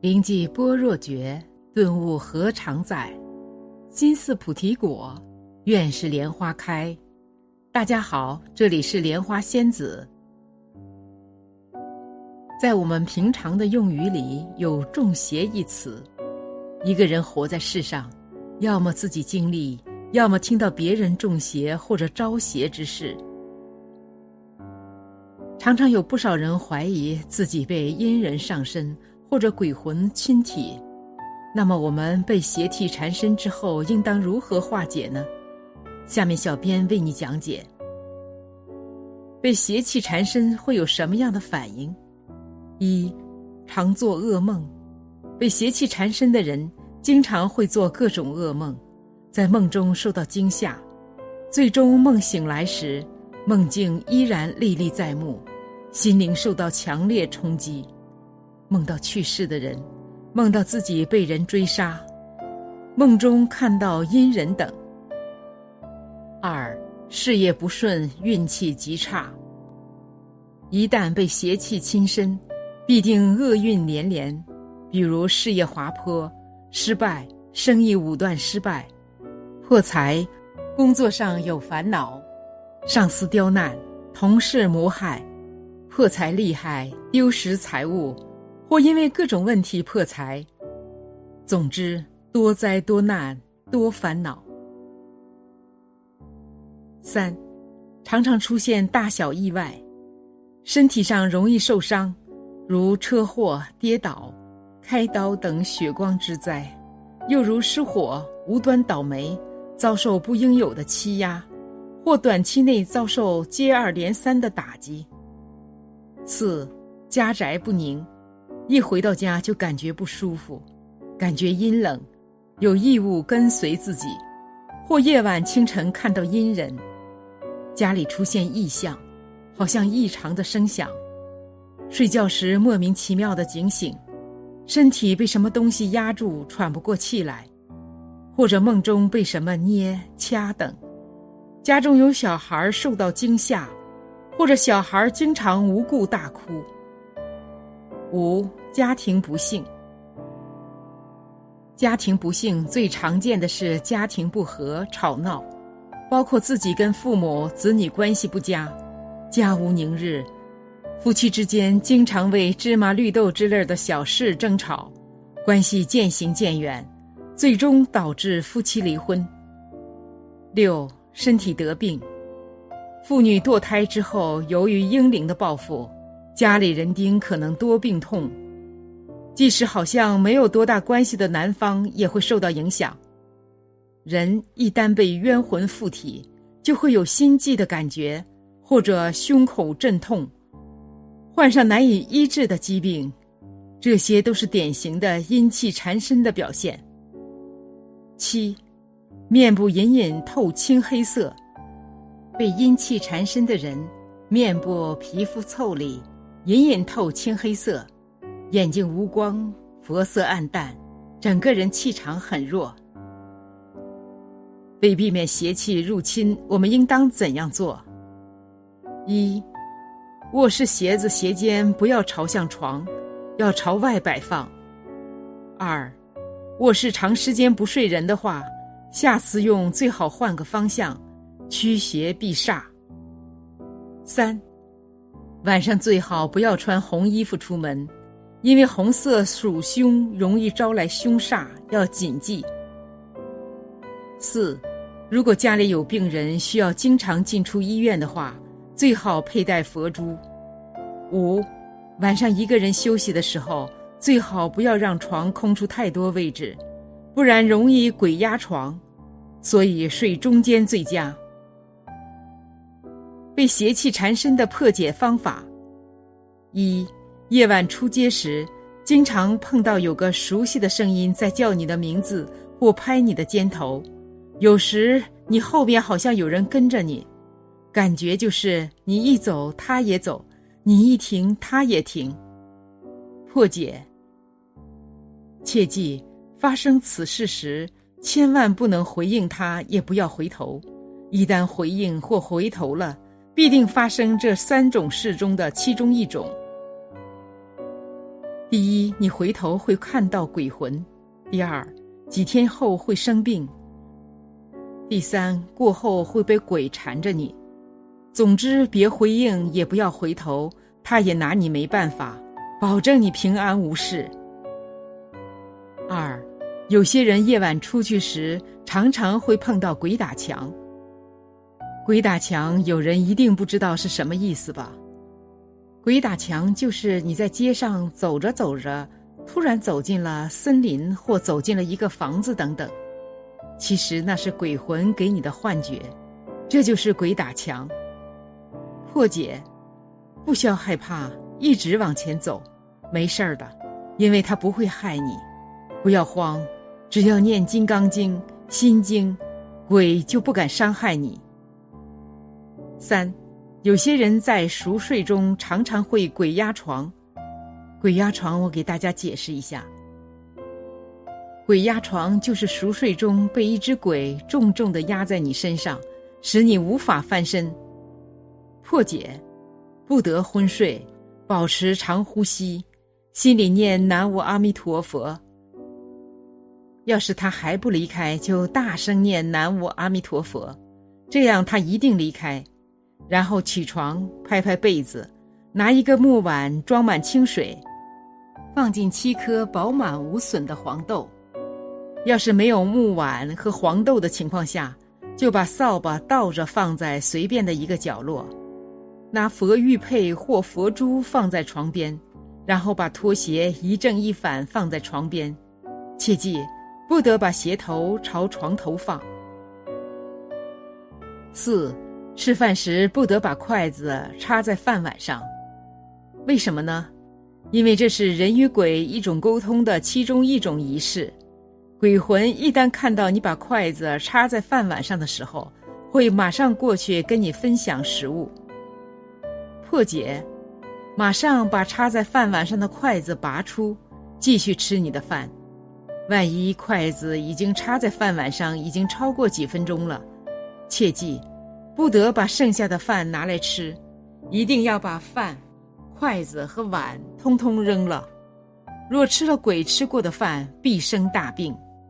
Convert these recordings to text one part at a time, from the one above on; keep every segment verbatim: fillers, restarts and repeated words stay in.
灵寂般若觉，顿悟何常在。心似菩提果，愿是莲花开。大家好，这里是莲花仙子。在我们平常的用语里有中邪一词，一个人活在世上，要么自己经历，要么听到别人中邪或者招邪之事。常常有不少人怀疑自己被阴人上身或者鬼魂侵体，那么我们被邪气缠身之后应当如何化解呢？下面小编为你讲解。被邪气缠身会有什么样的反应？一、常做噩梦。被邪气缠身的人经常会做各种噩梦，在梦中受到惊吓，最终梦醒来时，梦境依然历历在目，心灵受到强烈冲击。梦到去世的人，梦到自己被人追杀，梦中看到阴人等。二、事业不顺，运气极差。一旦被邪气侵身，必定厄运连连，比如事业滑坡、失败、生意武断失败、破财、工作上有烦恼、上司刁难、同事谋害、破财厉害、丢失财物，或因为各种问题破财。总之，多灾多难，多烦恼。三、常常出现大小意外，身体上容易受伤，如车祸、跌倒、开刀等血光之灾，又如失火、无端倒霉，遭受不应有的欺压，或短期内遭受接二连三的打击。四、家宅不宁，一回到家就感觉不舒服，感觉阴冷，有异物跟随自己，或夜晚清晨看到阴人，家里出现异象，好像异常的声响，睡觉时莫名其妙的警醒，身体被什么东西压住，喘不过气来，或者梦中被什么捏、掐等。家中有小孩受到惊吓，或者小孩经常无故大哭。五、家庭不幸。家庭不幸最常见的是家庭不和、吵闹，包括自己跟父母、子女关系不佳，家无宁日，夫妻之间经常为芝麻绿豆之类的小事争吵，关系渐行渐远，最终导致夫妻离婚。六、身体得病。妇女堕胎之后，由于婴灵的报复，家里人丁可能多病痛，即使好像没有多大关系的男方也会受到影响。人一旦被冤魂附体，就会有心悸的感觉，或者胸口阵痛，患上难以医治的疾病，这些都是典型的阴气缠身的表现。七、面部隐隐透青黑色。被阴气缠身的人，面部皮肤腠理，隐隐透青黑色，眼睛无光，肤色暗淡，整个人气场很弱。为避免邪气入侵，我们应当怎样做？一、卧室鞋子鞋尖不要朝向床，要朝外摆放。二、卧室长时间不睡人的话，下次用最好换个方向，驱邪避煞。三、晚上最好不要穿红衣服出门，因为红色属凶，容易招来凶煞，要谨记。四、如果家里有病人需要经常进出医院的话，最好佩戴佛珠。五、晚上一个人休息的时候，最好不要让床空出太多位置，不然容易鬼压床，所以睡中间最佳。被邪气缠身的破解方法：一、夜晚出街时，经常碰到有个熟悉的声音在叫你的名字或拍你的肩头，有时你后边好像有人跟着你，感觉就是你一走他也走，你一停他也停。破解：切记，发生此事时，千万不能回应他，也不要回头。一旦回应或回头了，必定发生这三种事中的其中一种。 第一，你回头会看到鬼魂；第二，几天后会生病；第三，过后会被鬼缠着你。总之，别回应，也不要回头，他也拿你没办法，保证你平安无事。二，有些人夜晚出去时，常常会碰到鬼打墙。鬼打墙，有人一定不知道是什么意思吧？鬼打墙就是你在街上走着走着，突然走进了森林或走进了一个房子等等。其实那是鬼魂给你的幻觉，这就是鬼打墙。破解，不需要害怕，一直往前走，没事儿的，因为它不会害你。不要慌，只要念金刚经、心经，鬼就不敢伤害你。三，有些人在熟睡中常常会鬼压床。鬼压床我给大家解释一下，鬼压床就是熟睡中被一只鬼重重地压在你身上，使你无法翻身。破解，不得昏睡，保持长呼吸，心里念南无阿弥陀佛。要是他还不离开，就大声念南无阿弥陀佛，这样他一定离开。然后起床，拍拍被子，拿一个木碗装满清水，放进七颗饱满无损的黄豆。要是没有木碗和黄豆的情况下，就把扫把倒着放在随便的一个角落，拿佛玉佩或佛珠放在床边，然后把拖鞋一正一反放在床边，切记不得把鞋头朝床头放。四，吃饭时不得把筷子插在饭碗上。为什么呢？因为这是人与鬼一种沟通的其中一种仪式。鬼魂一旦看到你把筷子插在饭碗上的时候，会马上过去跟你分享食物。破解，马上把插在饭碗上的筷子拔出，继续吃你的饭。万一筷子已经插在饭碗上已经超过几分钟了，切记不得把剩下的饭拿来吃，一定要把饭、筷子和碗通通扔了。若吃了鬼吃过的饭，必生大病。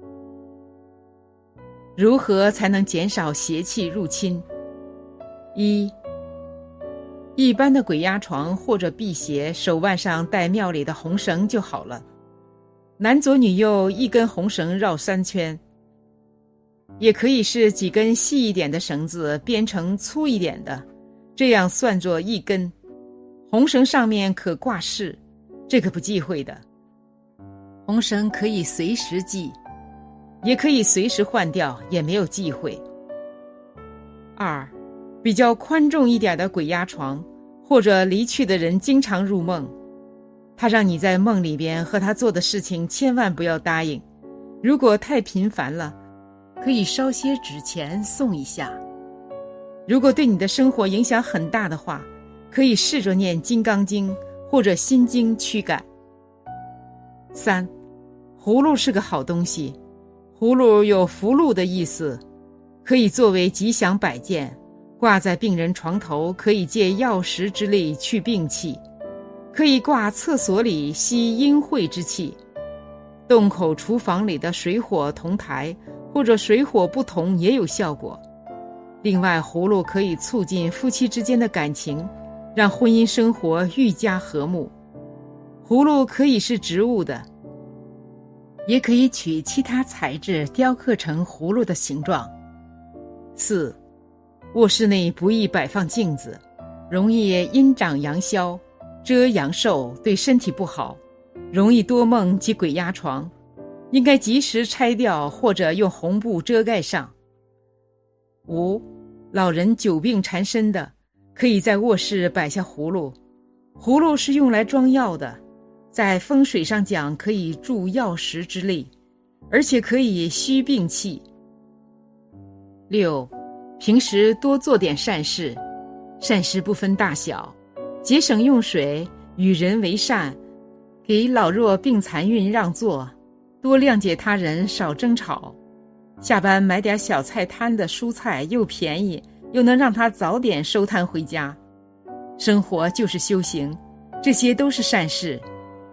如何才能减少邪气入侵？一，一般的鬼压床或者辟邪，手腕上戴庙里的红绳就好了。男左女右一根红绳绕三圈，也可以是几根细一点的绳子编成粗一点的，这样算作一根。红绳上面可挂饰，这个不忌讳的。红绳可以随时系，也可以随时换掉，也没有忌讳。二，比较宽重一点的鬼压床，或者离去的人经常入梦，他让你在梦里边和他做的事情千万不要答应，如果太频繁了，可以烧些纸钱送一下。如果对你的生活影响很大的话，可以试着念金刚经或者心经驱赶。三，葫芦是个好东西，葫芦有福禄的意思，可以作为吉祥摆件，挂在病人床头，可以借药石之力去病气，可以挂厕所里吸阴晦之气，洞口厨房里的水火同台或者水火不同也有效果。另外，葫芦可以促进夫妻之间的感情，让婚姻生活愈加和睦。葫芦可以是植物的，也可以取其他材质雕刻成葫芦的形状。四，卧室内不宜摆放镜子，容易阴长阳消，遮阳寿，对身体不好，容易多梦及鬼压床，应该及时拆掉或者用红布遮盖上。五，老人久病缠身的，可以在卧室摆下葫芦，葫芦是用来装药的，在风水上讲可以助药石之力，而且可以虚病气。六，平时多做点善事，善事不分大小，节省用水，与人为善，给老弱病残孕让座，多谅解他人，少争吵。下班买点小菜摊的蔬菜，又便宜，又能让他早点收摊回家。生活就是修行，这些都是善事，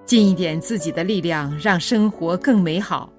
尽一点自己的力量，让生活更美好。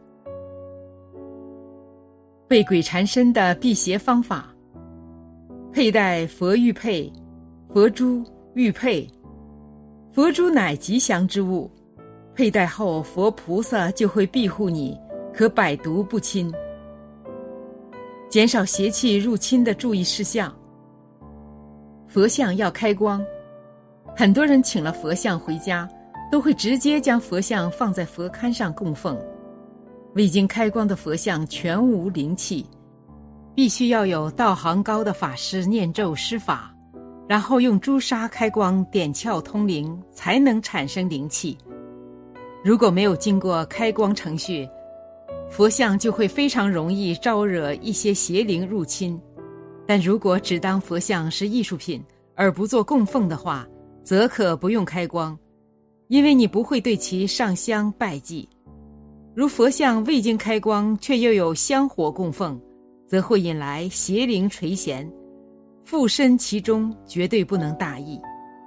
被鬼缠身的辟邪方法：佩戴佛玉佩、佛珠、玉佩。佛珠乃吉祥之物，佩戴后佛菩萨就会庇护你，可百毒不侵。减少邪气入侵的注意事项：佛像要开光，很多人请了佛像回家，都会直接将佛像放在佛龛上供奉。未经开光的佛像全无灵气，必须要有道行高的法师念咒施法，然后用朱砂开光点窍通灵，才能产生灵气。如果没有经过开光程序，佛像就会非常容易招惹一些邪灵入侵。但如果只当佛像是艺术品而不做供奉的话，则可不用开光，因为你不会对其上香拜祭。如佛像未经开光却又有香火供奉，则会引来邪灵垂涎，附身其中，绝对不能大意。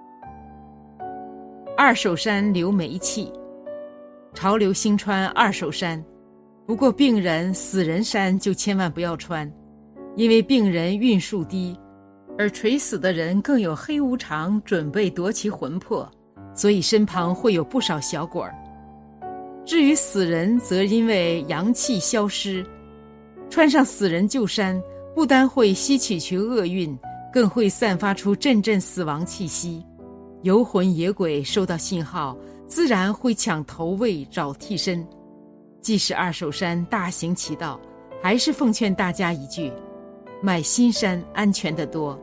二手衫留霉气，潮流兴穿二手衫，不过病人、死人衫就千万不要穿，因为病人运数低，而垂死的人更有黑无常准备夺其魂魄，所以身旁会有不少小鬼儿。至于死人，则因为阳气消失，穿上死人旧衫，不单会吸取其厄运，更会散发出阵阵死亡气息。游魂野鬼收到信号，自然会抢头位找替身。即使二手衫大行其道，还是奉劝大家一句：买新衫安全得多。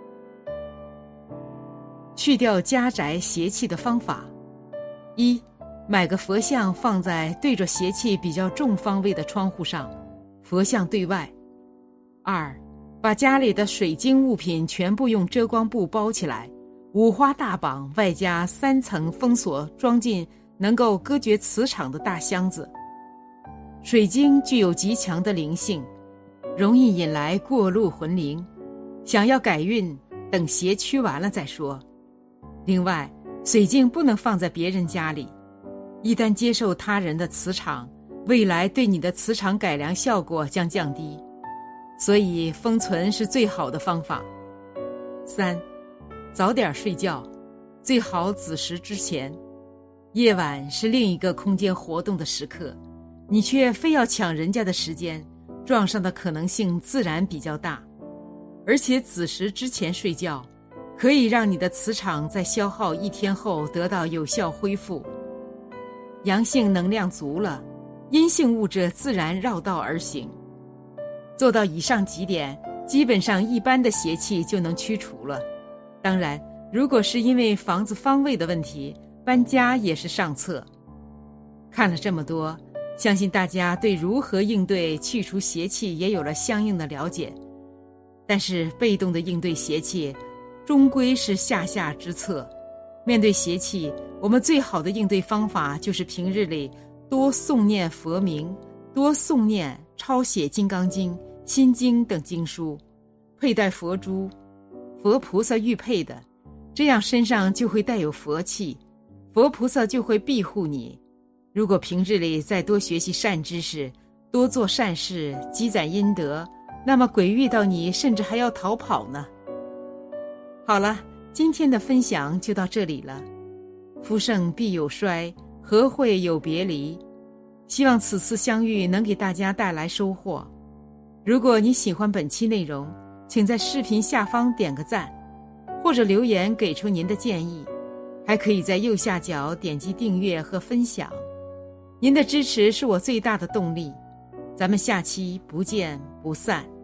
去掉家宅邪气的方法：一、买个佛像放在对着邪气比较重方位的窗户上，佛像对外。二、把家里的水晶物品全部用遮光布包起来，五花大绑，外加三层封锁，装进能够隔绝磁场的大箱子。水晶具有极强的灵性，容易引来过路魂灵，想要改运，等邪驱完了再说。另外，水晶不能放在别人家里，一旦接受他人的磁场，未来对你的磁场改良效果将降低，所以封存是最好的方法。三、早点睡觉，最好子时之前。夜晚是另一个空间活动的时刻，你却非要抢人家的时间，撞上的可能性自然比较大。而且子时之前睡觉，可以让你的磁场在消耗一天后得到有效恢复。阳性能量足了，阴性物质自然绕道而行。做到以上几点，基本上一般的邪气就能驱除了。当然，如果是因为房子方位的问题，搬家也是上策。看了这么多，相信大家对如何应对去除邪气也有了相应的了解。但是被动的应对邪气，终归是下下之策。面对邪气，我们最好的应对方法就是平日里多诵念佛名，多诵念抄写《金刚经》《心经》等经书，佩戴佛珠、佛菩萨玉佩的，这样身上就会带有佛气，佛菩萨就会庇护你。如果平日里再多学习善知识，多做善事，积攒阴德，那么鬼遇到你甚至还要逃跑呢。好了，今天的分享就到这里了。夫盛必有衰，和会有别离。希望此次相遇能给大家带来收获。如果你喜欢本期内容，请在视频下方点个赞，或者留言给出您的建议，还可以在右下角点击订阅和分享。您的支持是我最大的动力。咱们下期不见不散。